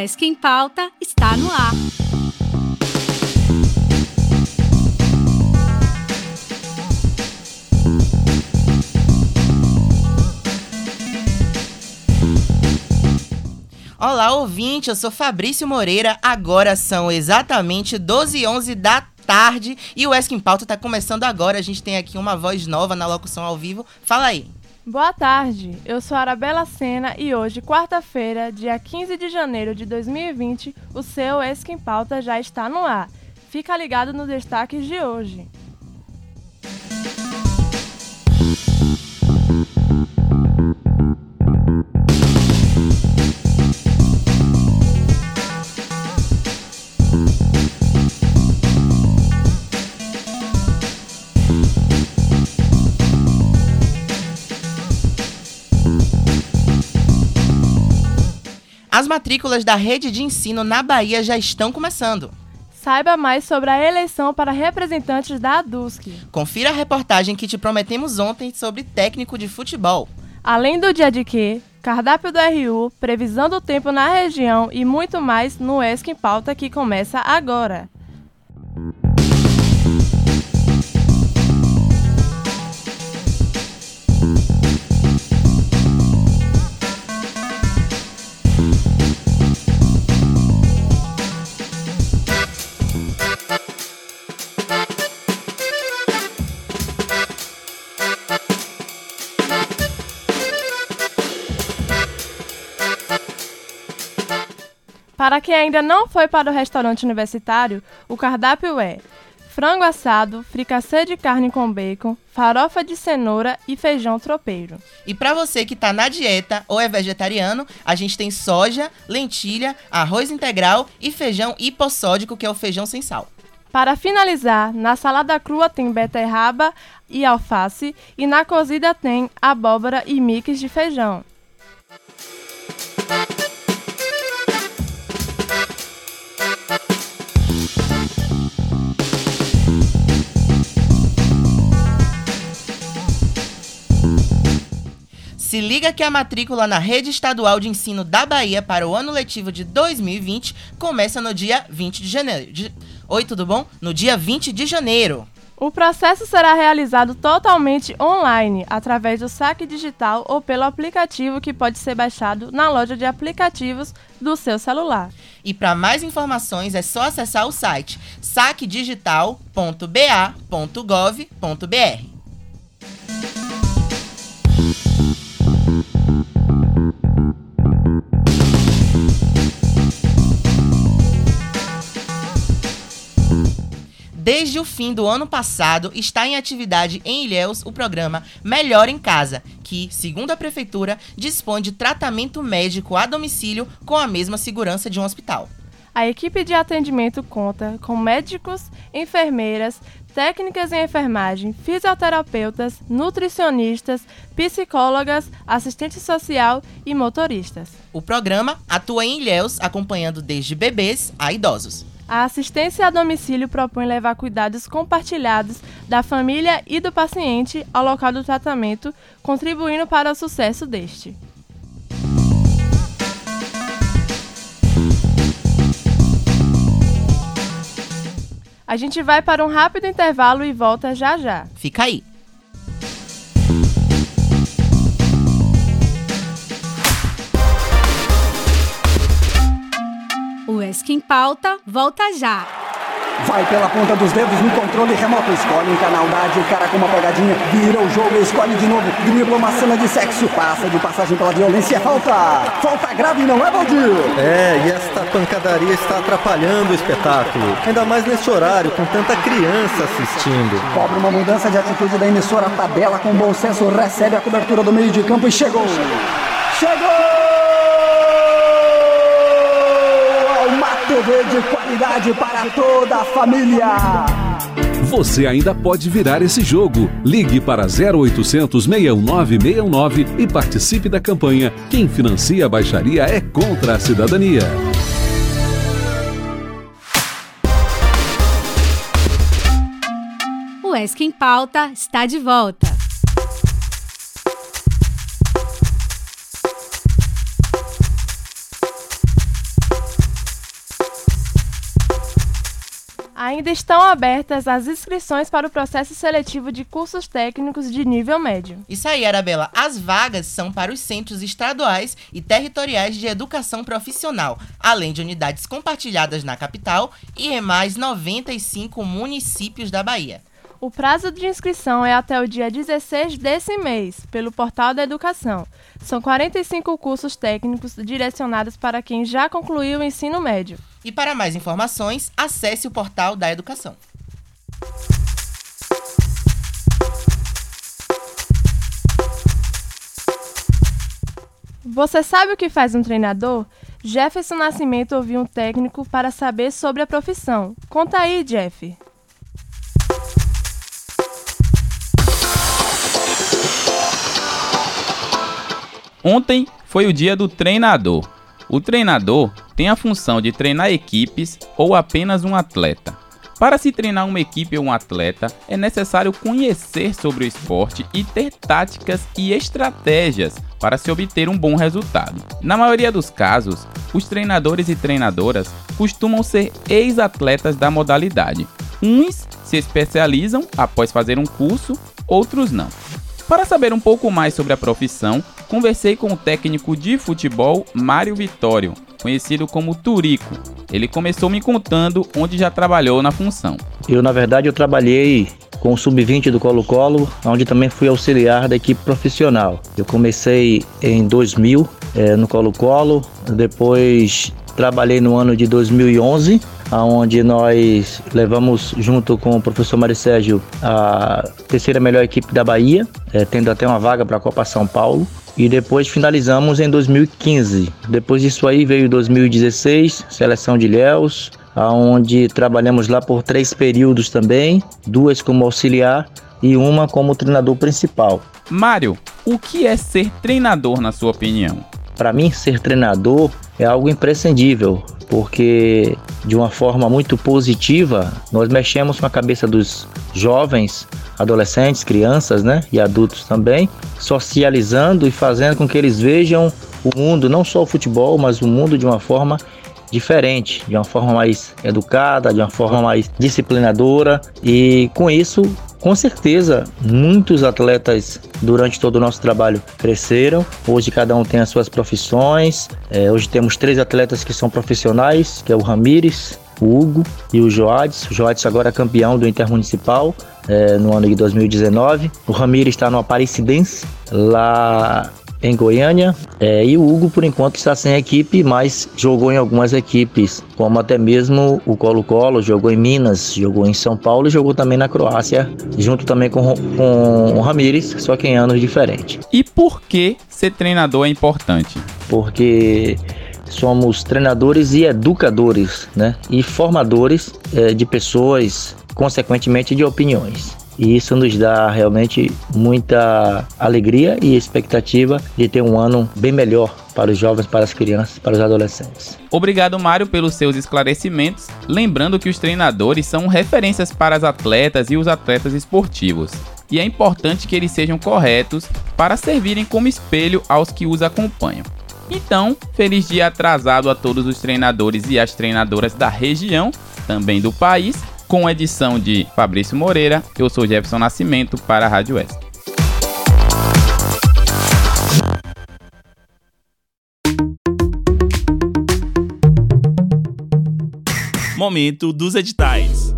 ESC em Pauta está no ar. Olá, ouvinte, eu sou Fabrício Moreira, agora são exatamente 12h11 da tarde e o ESC em Pauta está começando agora. A gente tem aqui uma voz nova na locução ao vivo. Fala aí. Boa tarde, eu sou Arabella Sena e hoje, quarta-feira, dia 15 de janeiro de 2020, o seu ESC em Pauta já está no ar. Fica ligado nos destaques de hoje. As matrículas da rede de ensino na Bahia já estão começando. Saiba mais sobre a eleição para representantes da ADUSC. Confira a reportagem que te prometemos ontem sobre técnico de futebol. Além do dia de quê, cardápio do RU, previsão do tempo na região e muito mais no ESC em Pauta que começa agora. Para quem ainda não foi para o restaurante universitário, o cardápio é frango assado, fricassê de carne com bacon, farofa de cenoura e feijão tropeiro. E para você que está na dieta ou é vegetariano, a gente tem soja, lentilha, arroz integral e feijão hipossódico, que é o feijão sem sal. Para finalizar, na salada crua tem beterraba e alface e na cozida tem abóbora e mix de feijão. Se liga que a matrícula na Rede Estadual de Ensino da Bahia para o ano letivo de 2020 começa no dia 20 de janeiro. Oi, tudo bom? No dia 20 de janeiro. O processo será realizado totalmente online, através do saque digital ou pelo aplicativo que pode ser baixado na loja de aplicativos do seu celular. E para mais informações é só acessar o site saquedigital.ba.gov.br. Desde o fim do ano passado, está em atividade em Ilhéus o programa Melhor em Casa, que, segundo a Prefeitura, dispõe de tratamento médico a domicílio com a mesma segurança de um hospital. A equipe de atendimento conta com médicos, enfermeiras, técnicas em enfermagem, fisioterapeutas, nutricionistas, psicólogas, assistente social e motoristas. O programa atua em Ilhéus, acompanhando desde bebês a idosos. A assistência a domicílio propõe levar cuidados compartilhados da família e do paciente ao local do tratamento, contribuindo para o sucesso deste. A gente vai para um rápido intervalo e volta já já. Fica aí. O ESC em Pauta volta já. Vai pela ponta dos dedos no controle remoto. Escolhe um canal, dá de cara com uma pegadinha. Vira o jogo, escolhe de novo. Dribla uma cena de sexo. Passa de passagem pela violência. Falta grave, não é, Valdir? E esta pancadaria está atrapalhando o espetáculo. Ainda mais neste horário, com tanta criança assistindo. Cobra uma mudança de atitude da emissora. Tabela com bom senso. Recebe a cobertura do meio de campo e chegou! TV de qualidade para toda a família. Você ainda pode virar esse jogo. Ligue para 0800 619 619 e participe da campanha Quem financia a baixaria é contra a cidadania. O ESC em Pauta está de volta. Ainda estão abertas as inscrições para o processo seletivo de cursos técnicos de nível médio. Isso aí, Arabella. As vagas são para os centros estaduais e territoriais de educação profissional, além de unidades compartilhadas na capital e em mais 95 municípios da Bahia. O prazo de inscrição é até o dia 16 desse mês, pelo Portal da Educação. São 45 cursos técnicos direcionados para quem já concluiu o ensino médio. E para mais informações, acesse o Portal da Educação. Você sabe o que faz um treinador? Jefferson Nascimento ouviu um técnico para saber sobre a profissão. Conta aí, Jeff. Ontem foi o dia do treinador. O treinador tem a função de treinar equipes ou apenas um atleta. Para se treinar uma equipe ou um atleta, é necessário conhecer sobre o esporte e ter táticas e estratégias para se obter um bom resultado. Na maioria dos casos, os treinadores e treinadoras costumam ser ex-atletas da modalidade. Uns se especializam após fazer um curso, outros não. Para saber um pouco mais sobre a profissão, conversei com o técnico de futebol Mário Vitório, conhecido como Turico. Ele começou me contando onde já trabalhou na função. Na verdade, eu trabalhei com o Sub-20 do Colo-Colo, onde também fui auxiliar da equipe profissional. Eu comecei em 2000 no Colo-Colo, depois trabalhei no ano de 2011, onde nós levamos junto com o professor Mário Sérgio a terceira melhor equipe da Bahia, tendo até uma vaga para a Copa São Paulo. E depois finalizamos em 2015. Depois disso aí veio 2016, seleção de Ilhéus, onde trabalhamos lá por 3 períodos também, 2 como auxiliar e uma como treinador principal. Mário, o que é ser treinador na sua opinião? Para mim, ser treinador é algo imprescindível, porque de uma forma muito positiva, nós mexemos com a cabeça dos jovens, adolescentes, crianças, e adultos também, socializando e fazendo com que eles vejam o mundo, não só o futebol, mas o mundo de uma forma diferente, de uma forma mais educada, de uma forma mais disciplinadora, e com isso, com certeza, muitos atletas durante todo o nosso trabalho cresceram. Hoje cada um tem as suas profissões. Hoje temos 3 atletas que são profissionais, que é o Ramires, o Hugo e o Joades. O Joades agora é campeão do Intermunicipal no ano de 2019. O Ramires está no Aparecidense, lá em Goiânia, e o Hugo por enquanto está sem equipe, mas jogou em algumas equipes, como até mesmo o Colo-Colo, jogou em Minas, jogou em São Paulo e jogou também na Croácia, junto também com o Ramires, só que em anos diferentes. E por que ser treinador é importante? Porque somos treinadores e educadores, e formadores de pessoas, consequentemente de opiniões. E isso nos dá realmente muita alegria e expectativa de ter um ano bem melhor para os jovens, para as crianças, para os adolescentes. Obrigado, Mário, pelos seus esclarecimentos. Lembrando que os treinadores são referências para as atletas e os atletas esportivos. E é importante que eles sejam corretos para servirem como espelho aos que os acompanham. Então, feliz dia atrasado a todos os treinadores e as treinadoras da região, também do país. Com a edição de Fabrício Moreira, eu sou Jefferson Nascimento para a Rádio ESC. Momento dos editais.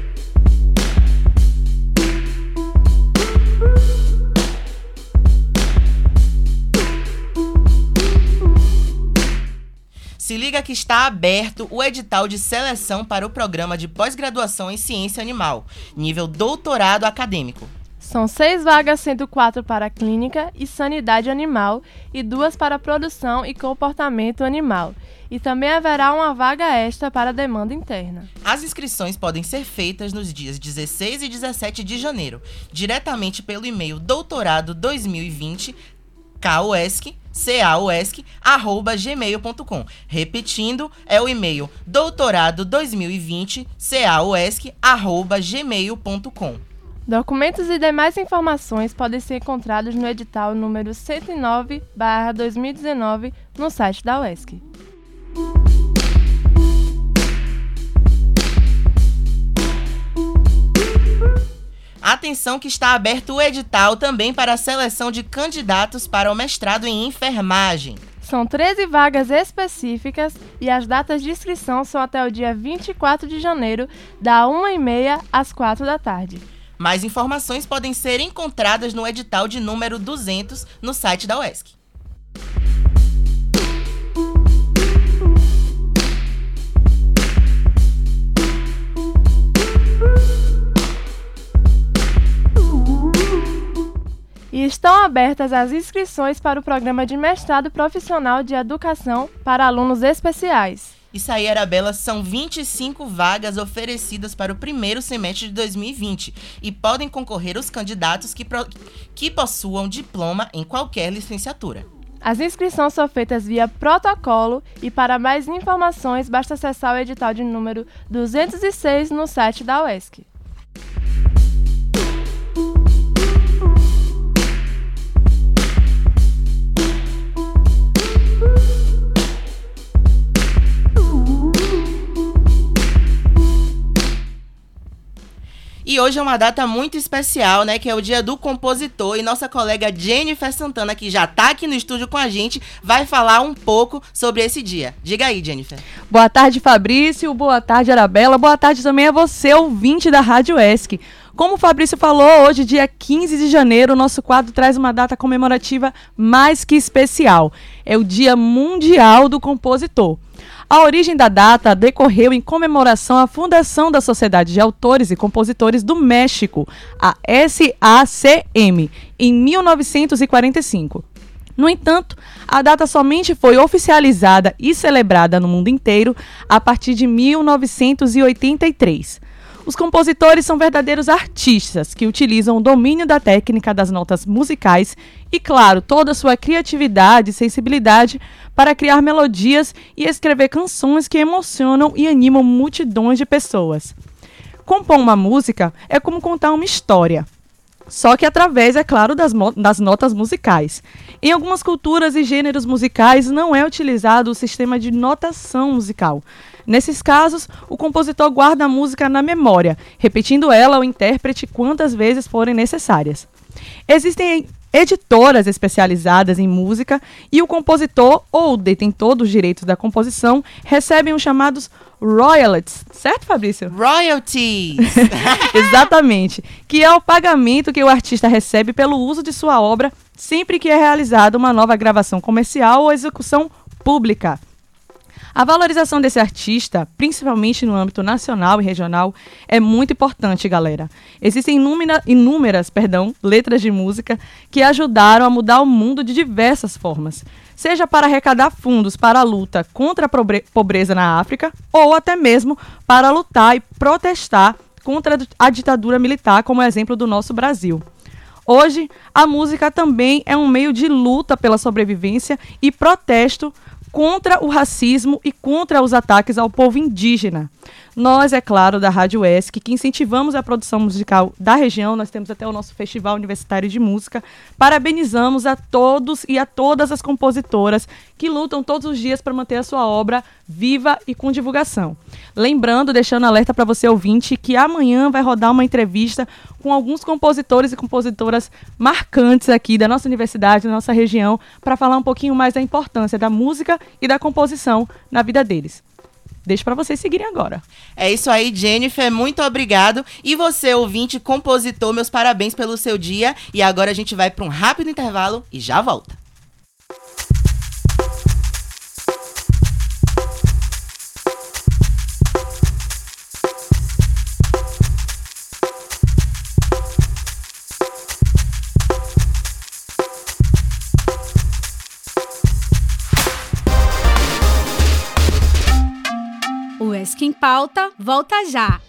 Se liga que está aberto o edital de seleção para o programa de pós-graduação em ciência animal, nível doutorado acadêmico. São 6 vagas, sendo 4 para clínica e sanidade animal e 2 para produção e comportamento animal. E também haverá uma vaga extra para demanda interna. As inscrições podem ser feitas nos dias 16 e 17 de janeiro, diretamente pelo e-mail doutorado2020 causc@gmail.com. Repetindo, é o e-mail doutorado2020causc@gmail.com. Documentos e demais informações podem ser encontrados no edital número 109/2019 no site da UESC. Atenção que está aberto o edital também para a seleção de candidatos para o mestrado em enfermagem. São 13 vagas específicas e as datas de inscrição são até o dia 24 de janeiro, da 1h30 às 4 da tarde. Mais informações podem ser encontradas no edital de número 200 no site da UESC. E estão abertas as inscrições para o programa de mestrado profissional de educação para alunos especiais. Isso aí, Arabella, são 25 vagas oferecidas para o primeiro semestre de 2020 e podem concorrer os candidatos que possuam diploma em qualquer licenciatura. As inscrições são feitas via protocolo e para mais informações basta acessar o edital de número 206 no site da UESC. E hoje é uma data muito especial, né? Que é o dia do compositor. E nossa colega Jennifer Santana, que já tá aqui no estúdio com a gente, vai falar um pouco sobre esse dia. Diga aí, Jennifer. Boa tarde, Fabrício. Boa tarde, Arabella. Boa tarde também a você, ouvinte da Rádio UESC. Como o Fabrício falou, hoje, dia 15 de janeiro, o nosso quadro traz uma data comemorativa mais que especial. É o Dia Mundial do Compositor. A origem da data decorreu em comemoração à fundação da Sociedade de Autores e Compositores do México, a SACM, em 1945. No entanto, a data somente foi oficializada e celebrada no mundo inteiro a partir de 1983. Os compositores são verdadeiros artistas que utilizam o domínio da técnica das notas musicais e, claro, toda a sua criatividade e sensibilidade para criar melodias e escrever canções que emocionam e animam multidões de pessoas. Compor uma música é como contar uma história, só que através, é claro, das notas musicais. Em algumas culturas e gêneros musicais não é utilizado o sistema de notação musical. Nesses casos, o compositor guarda a música na memória, repetindo ela ao intérprete quantas vezes forem necessárias. Existem editoras especializadas em música e o compositor ou o detentor dos direitos da composição recebem os chamados royalties, certo, Fabrício? Royalties! Exatamente, que é o pagamento que o artista recebe pelo uso de sua obra sempre que é realizada uma nova gravação comercial ou execução pública. A valorização desse artista, principalmente no âmbito nacional e regional, é muito importante, galera. Existem inúmeras letras de música que ajudaram a mudar o mundo de diversas formas, seja para arrecadar fundos para a luta contra a pobreza na África ou até mesmo para lutar e protestar contra a ditadura militar, como exemplo do nosso Brasil. Hoje, a música também é um meio de luta pela sobrevivência e protesto contra o racismo e contra os ataques ao povo indígena. Nós, é claro, da Rádio UESC, que incentivamos a produção musical da região, nós temos até o nosso Festival Universitário de Música, parabenizamos a todos e a todas as compositoras que lutam todos os dias para manter a sua obra viva e com divulgação. Lembrando, deixando alerta para você ouvinte, que amanhã vai rodar uma entrevista com alguns compositores e compositoras marcantes aqui da nossa universidade, da nossa região, para falar um pouquinho mais da importância da música e da composição na vida deles. Deixo para vocês seguirem agora. É isso aí, Jennifer, muito obrigado. E você, ouvinte, compositor, meus parabéns pelo seu dia. E agora a gente vai para um rápido intervalo e já volta. UESC em Pauta, volta já!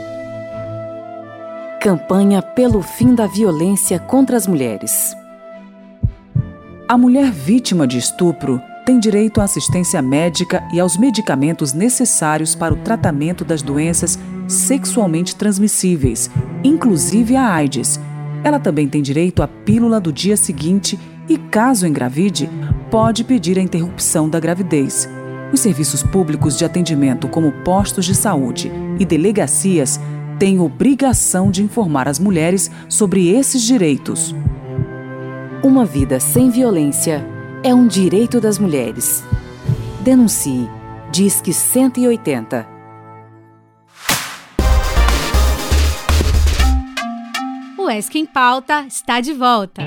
Campanha pelo fim da violência contra as mulheres. A mulher vítima de estupro tem direito à assistência médica e aos medicamentos necessários para o tratamento das doenças sexualmente transmissíveis, inclusive a AIDS. Ela também tem direito à pílula do dia seguinte e, caso engravide, pode pedir a interrupção da gravidez. Os serviços públicos de atendimento, como postos de saúde e delegacias, tem obrigação de informar as mulheres sobre esses direitos. Uma vida sem violência é um direito das mulheres. Denuncie. Disque 180. O ESC em Pauta está de volta.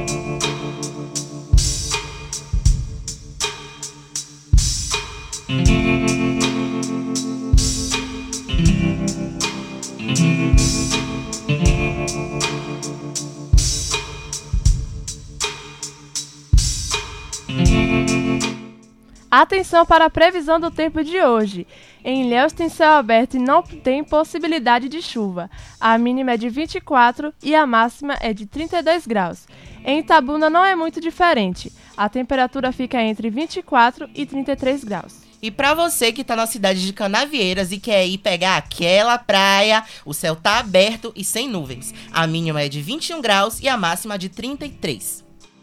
Atenção para a previsão do tempo de hoje. Em Ilhéus tem céu aberto e não tem possibilidade de chuva. A mínima é de 24 e a máxima é de 32 graus. Em Itabuna não é muito diferente. A temperatura fica entre 24 e 33 graus. E pra você que tá na cidade de Canavieiras e quer ir pegar aquela praia, o céu tá aberto e sem nuvens. A mínima é de 21 graus e a máxima de 33.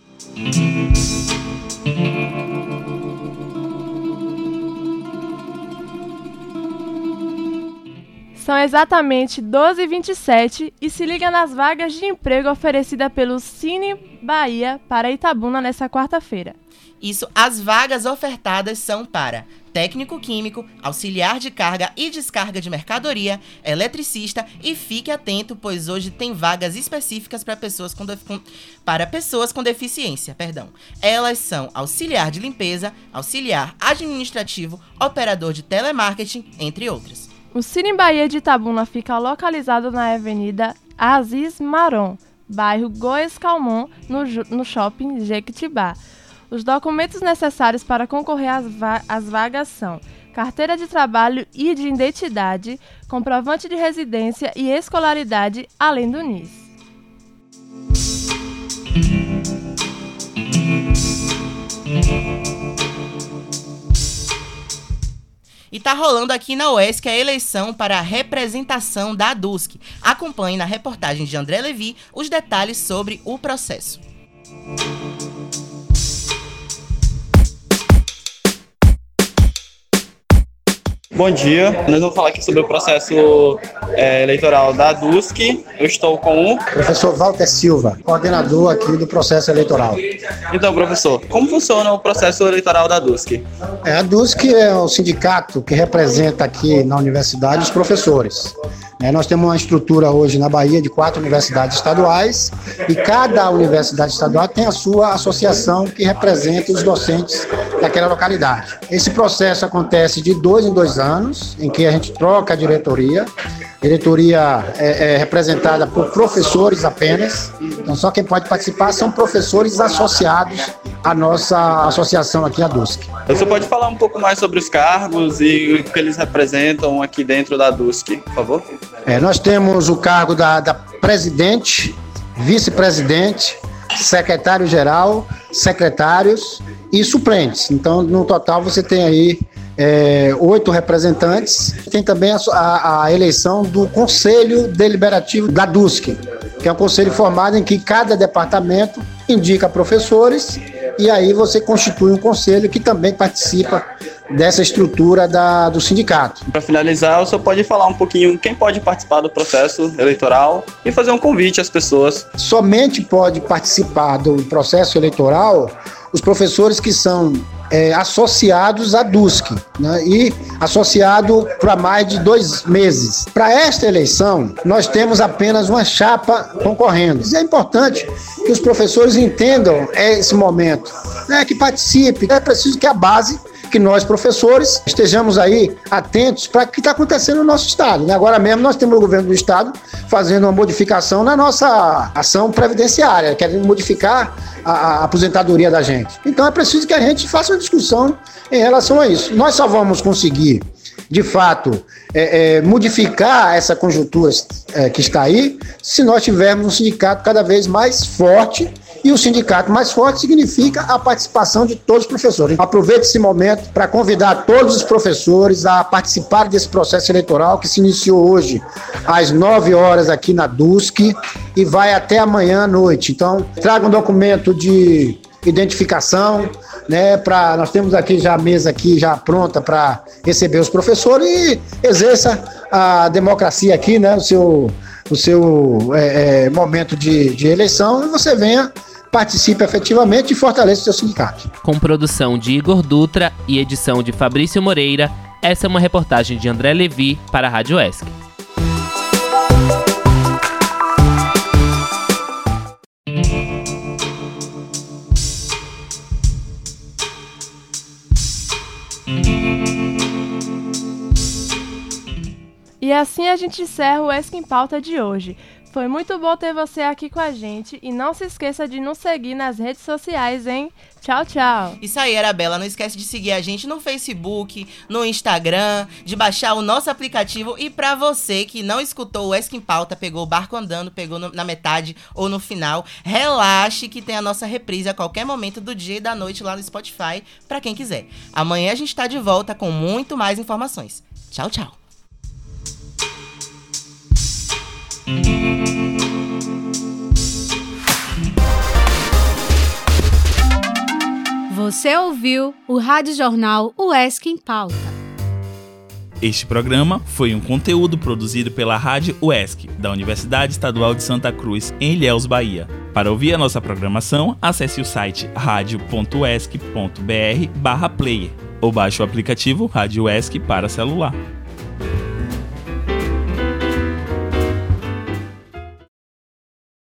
São exatamente 12h27 e se liga nas vagas de emprego oferecidas pelo Cine Bahia para Itabuna nesta quarta-feira. Isso, as vagas ofertadas são para técnico químico, auxiliar de carga e descarga de mercadoria, eletricista e fique atento, pois hoje tem vagas específicas para pessoas com deficiência. Elas são auxiliar de limpeza, auxiliar administrativo, operador de telemarketing, entre outras. O Cine Bahia de Itabuna fica localizado na Avenida Aziz Maron, bairro Goiás Calmon, no shopping Jequitibá. Os documentos necessários para concorrer às vagas são carteira de trabalho e de identidade, comprovante de residência e escolaridade, além do NIS. E tá rolando aqui na UESC a eleição para a representação da ADUSC. Acompanhe na reportagem de André Levi os detalhes sobre o processo. Bom dia, nós vamos falar aqui sobre o processo eleitoral da ADUSC. Eu estou com o professor Walter Silva, coordenador aqui do processo eleitoral. Então, professor, como funciona o processo eleitoral da ADUSC? A ADUSC é o sindicato que representa aqui na universidade os professores. Nós temos uma estrutura hoje na Bahia de 4 universidades estaduais e cada universidade estadual tem a sua associação que representa os docentes daquela localidade. Esse processo acontece de 2 em 2 anos, em que a gente troca a diretoria. A diretoria é representada por professores apenas, então só quem pode participar são professores associados à nossa associação aqui, a ADUSC. Você pode falar um pouco mais sobre os cargos e o que eles representam aqui dentro da ADUSC, por favor? Nós temos o cargo da presidente, vice-presidente, secretário-geral, secretários e suplentes. Então, no total, você tem aí 8 representantes. Tem também a eleição do Conselho Deliberativo da ADUSC, que é um conselho formado em que cada departamento indica professores e aí você constitui um conselho que também participa dessa estrutura do sindicato. Para finalizar, o senhor pode falar um pouquinho quem pode participar do processo eleitoral e fazer um convite às pessoas? Somente pode participar do processo eleitoral os professores que são associados à ADUSC, né, e associado para mais de 2 meses. Para esta eleição, nós temos apenas uma chapa concorrendo. E é importante que os professores entendam esse momento, né, que participem. É preciso que a base, que nós professores estejamos aí atentos para o que está acontecendo no nosso estado. Né? Agora mesmo nós temos o governo do estado fazendo uma modificação na nossa ação previdenciária, querendo modificar a aposentadoria da gente. Então é preciso que a gente faça uma discussão em relação a isso. Nós só vamos conseguir, de fato, modificar essa conjuntura que está aí se nós tivermos um sindicato cada vez mais forte. E o sindicato mais forte significa a participação de todos os professores. Aproveito esse momento para convidar todos os professores a participar desse processo eleitoral que se iniciou hoje às 9 horas aqui na ADUSC e vai até amanhã à noite. Então, traga um documento de identificação, né? Nós temos aqui já a mesa aqui já pronta para receber os professores e exerça a democracia aqui, né? O seu momento de eleição, e você venha, participe efetivamente e fortaleça o seu sindicato. Com produção de Igor Dutra e edição de Fabrício Moreira, essa é uma reportagem de André Levi para a Rádio ESC. E assim a gente encerra o ESC em Pauta de hoje. Foi muito bom ter você aqui com a gente e não se esqueça de nos seguir nas redes sociais, hein? Tchau, tchau! Isso aí, Arabella. Não esquece de seguir a gente no Facebook, no Instagram, de baixar o nosso aplicativo. E pra você que não escutou o ESC em Pauta, pegou o barco andando, pegou na metade ou no final, relaxe que tem a nossa reprise a qualquer momento do dia e da noite lá no Spotify, pra quem quiser. Amanhã a gente tá de volta com muito mais informações. Tchau, tchau! Você ouviu o Rádio Jornal UESC em Pauta. Este programa foi um conteúdo produzido pela Rádio UESC, da Universidade Estadual de Santa Cruz, em Ilhéus, Bahia. Para ouvir a nossa programação, acesse o site radio.uesc.br/player ou baixe o aplicativo Rádio UESC para celular.